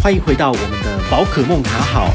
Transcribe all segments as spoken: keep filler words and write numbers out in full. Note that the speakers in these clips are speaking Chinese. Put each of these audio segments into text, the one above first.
欢迎回到我们的宝可梦卡好。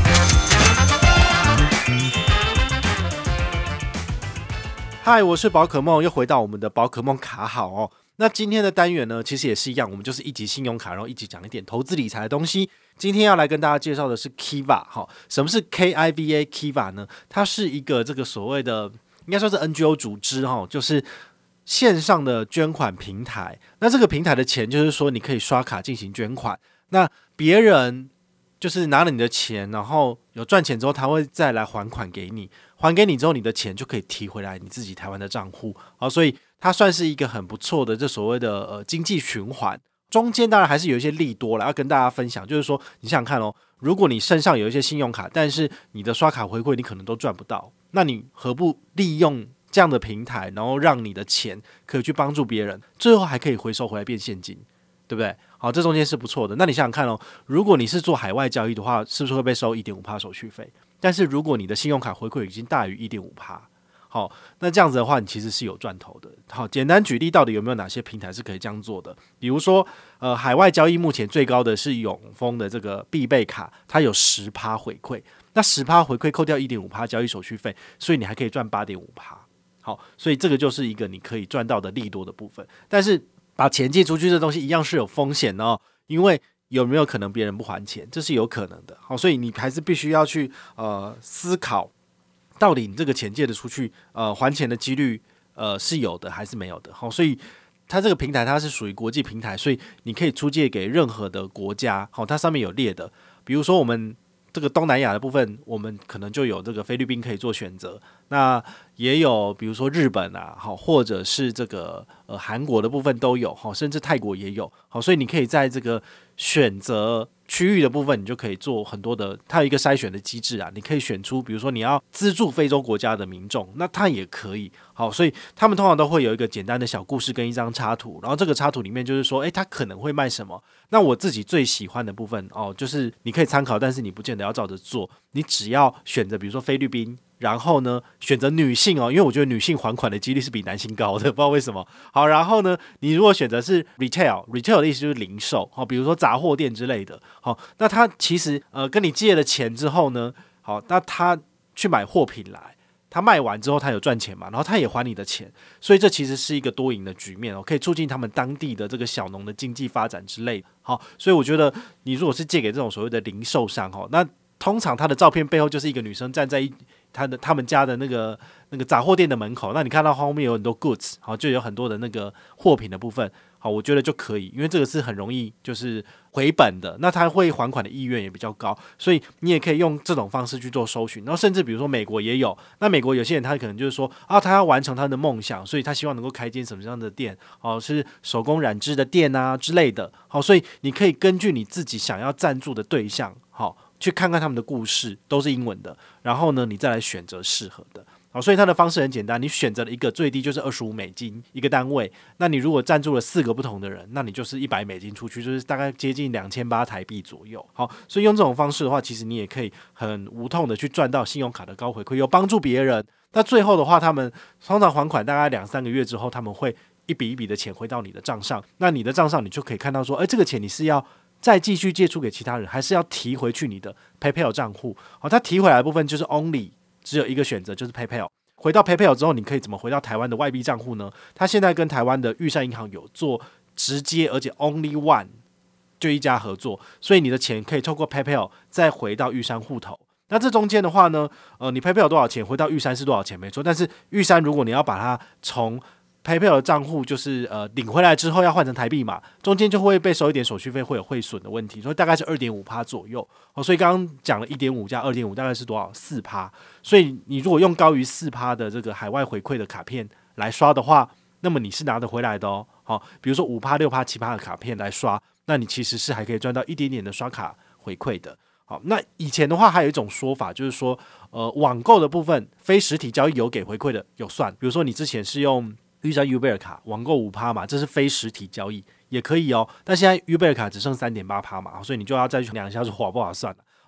嗨，我是宝可梦，又回到我们的宝可梦卡好哦。那今天的单元呢，其实也是一样，我们就是一集信用卡，然后一集讲一点投资理财的东西。今天要来跟大家介绍的是 Kiva 哈，什么是 K I V A Kiva 呢？它是一个这个所谓的应该说是 N G O 组织哈，就是线上的捐款平台。那这个平台的钱就是说你可以刷卡进行捐款，那别人就是拿了你的钱，然后有赚钱之后，他会再来还款给你，还给你之后，你的钱就可以提回来你自己台湾的账户。好，所以它算是一个很不错的这所谓的呃经济循环。中间当然还是有一些利多啦，要跟大家分享，就是说你想想看哦，如果你身上有一些信用卡，但是你的刷卡回馈你可能都赚不到，那你何不利用这样的平台，然后让你的钱可以去帮助别人，最后还可以回收回来变现金，对不对？好，这中间是不错的。那你想想看哦，如果你是做海外交易的话，是不是会被收 百分之一点五 手续费？但是如果你的信用卡回馈已经大于 百分之一点五， 好，那这样子的话，你其实是有赚头的。好，简单举例，到底有没有哪些平台是可以这样做的？比如说，呃，海外交易目前最高的是永丰的这个必备卡，它有 百分之十 回馈，那 百分之十 回馈扣掉 百分之一点五 交易手续费，所以你还可以赚 八点五。好，所以这个就是一个你可以赚到的利多的部分。但是把钱借出去这东西一样是有风险的哦，因为有没有可能别人不还钱，这是有可能的。好，所以你还是必须要去呃思考，到底你这个钱借得出去，呃还钱的几率呃是有的还是没有的。好，所以它这个平台它是属于国际平台，所以你可以出借给任何的国家。好，它上面有列的，比如说我们这个东南亚的部分，我们可能就有这个菲律宾可以做选择，那也有比如说日本啊，好，或者是这个呃韩国的部分都有，好，甚至泰国也有，好，所以你可以在这个选择区域的部分，你就可以做很多的，它有一个筛选的机制啊，你可以选出，比如说你要资助非洲国家的民众，那它也可以，好，所以他们通常都会有一个简单的小故事跟一张插图，然后这个插图里面就是说，诶，它可能会卖什么？那我自己最喜欢的部分哦，就是你可以参考，但是你不见得要照着做，你只要选择，比如说菲律宾。然后呢，选择女性哦，因为我觉得女性还款的几率是比男性高的，不知道为什么。好，然后呢，你如果选择是 retail，retail 的意思就是零售，好，比如说杂货店之类的，好，那他其实呃跟你借了钱之后呢，好，那他去买货品来，他卖完之后他有赚钱嘛，然后他也还你的钱，所以这其实是一个多赢的局面哦，可以促进他们当地的这个小农的经济发展之类的。好，所以我觉得你如果是借给这种所谓的零售商哦，那通常他的照片背后就是一个女生站在一他的他们家的那个那个杂货店的门口，那你看到后面有很多 goods， 好，就有很多的那个货品的部分，好，我觉得就可以，因为这个是很容易就是回本的，那他会还款的意愿也比较高，所以你也可以用这种方式去做搜寻，然后甚至比如说美国也有，那美国有些人他可能就是说啊，他要完成他的梦想，所以他希望能够开一间什么样的店，哦，是手工染织的店啊之类的，好，所以你可以根据你自己想要赞助的对象，好，去看看他们的故事，都是英文的，然后呢，你再来选择适合的。好，所以它的方式很简单，你选择了一个最低就是二十五美金一个单位，那你如果赞助了四个不同的人，那你就是一百美金出去，就是大概接近两千八台币左右。好，所以用这种方式的话，其实你也可以很无痛的去赚到信用卡的高回馈，有帮助别人。那最后的话，他们通常还款大概两三个月之后，他们会一笔一笔的钱回到你的账上，那你的账上你就可以看到说，哎，这个钱你是要再继续借出给其他人，还是要提回去你的 PayPal 账户？好，它提回来的部分就是 only 只有一个选择，就是 PayPal。回到 PayPal 之后，你可以怎么回到台湾的外币账户呢？它现在跟台湾的玉山银行有做直接，而且 only one 就一家合作，所以你的钱可以透过 PayPal 再回到玉山户头。那这中间的话呢，呃，你 PayPal 多少钱，回到玉山是多少钱，没错。但是玉山如果你要把它从PayPal 的账户就是呃领回来之后要换成台币嘛，中间就会被收一点手续费，会有汇损的问题，所以大概是 百分之二点五 左右。哦，所以刚刚讲了 一点五 加 二点五 大概是多少 百分之四， 所以你如果用高于 百分之四 的这个海外回馈的卡片来刷的话，那么你是拿得回来的哦。好，比如说 五、六、七 的卡片来刷，那你其实是还可以赚到一点点的刷卡回馈的。好，那以前的话还有一种说法，就是说呃网购的部分非实体交易有给回馈的有算，比如说你之前是用玉山 Uber 卡网购 百分之五 嘛，这是非实体交易也可以哦，但现在 Uber 卡只剩 三点八 嘛，所以你就要再去量一下说划不划算了。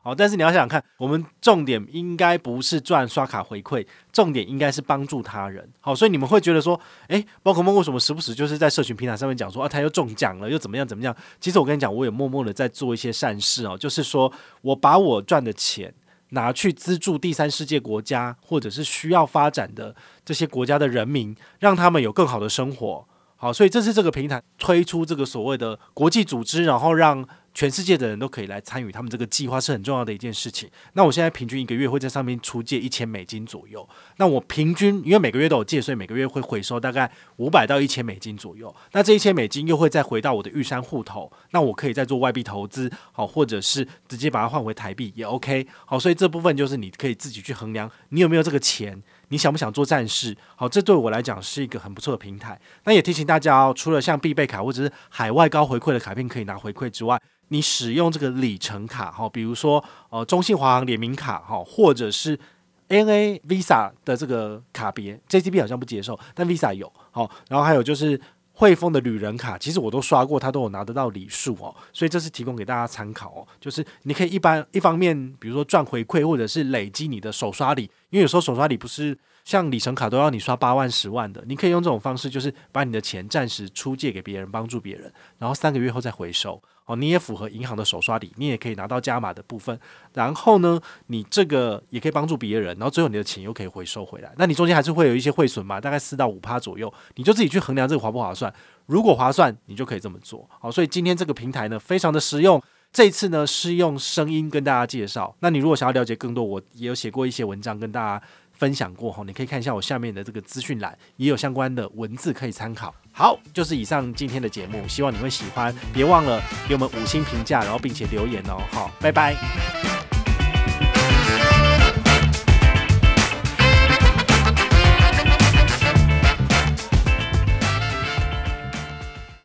好，但是你要想想看，我们重点应该不是赚刷卡回馈，重点应该是帮助他人。好，所以你们会觉得说，诶，宝可梦为什么时不时就是在社群平台上面讲说啊，他又中奖了，又怎么样怎么样？其实我跟你讲，我也默默的在做一些善事哦，就是说我把我赚的钱拿去资助第三世界国家或者是需要发展的这些国家的人民，让他们有更好的生活。好，所以这是这个平台推出这个所谓的国际组织，然后让全世界的人都可以来参与他们这个计划，是很重要的一件事情。那我现在平均一个月会在上面出借一千美金左右。那我平均因为每个月都有借，所以每个月会回收大概五百到一千美金左右。那这一千美金又会再回到我的玉山户头，那我可以再做外币投资，好，或者是直接把它换回台币也 OK。好，所以这部分就是你可以自己去衡量，你有没有这个钱。你想不想做战士？好，这对我来讲是一个很不错的平台。那也提醒大家哦，除了像必备卡或者是海外高回馈的卡片可以拿回馈之外，你使用这个里程卡，比如说呃中信华航联名卡，或者是 A N A Visa 的这个卡别 ，J C B 好像不接受，但 Visa 有。好，然后还有就是汇丰的旅人卡，其实我都刷过，它都有拿得到礼数哦，所以这是提供给大家参考哦。就是你可以一般一方面，比如说赚回馈，或者是累积你的手刷礼，因为有时候手刷礼不是像里程卡都要你刷八万、十万的，你可以用这种方式，就是把你的钱暂时出借给别人，帮助别人，然后三个月后再回收。哦，你也符合银行的手刷礼，你也可以拿到加码的部分。然后呢，你这个也可以帮助别人，然后最后你的钱又可以回收回来。那你中间还是会有一些汇损嘛，大概四到五趴左右，你就自己去衡量这个划不划算。如果划算，你就可以这么做。好，所以今天这个平台呢，非常的实用。这一次呢是用声音跟大家介绍。那你如果想要了解更多，我也有写过一些文章跟大家分享过，你可以看一下我下面的这个资讯栏，也有相关的文字可以参考。好，就是以上今天的节目，希望你会喜欢，别忘了给我们五星评价，然后并且留言哦。好，拜拜。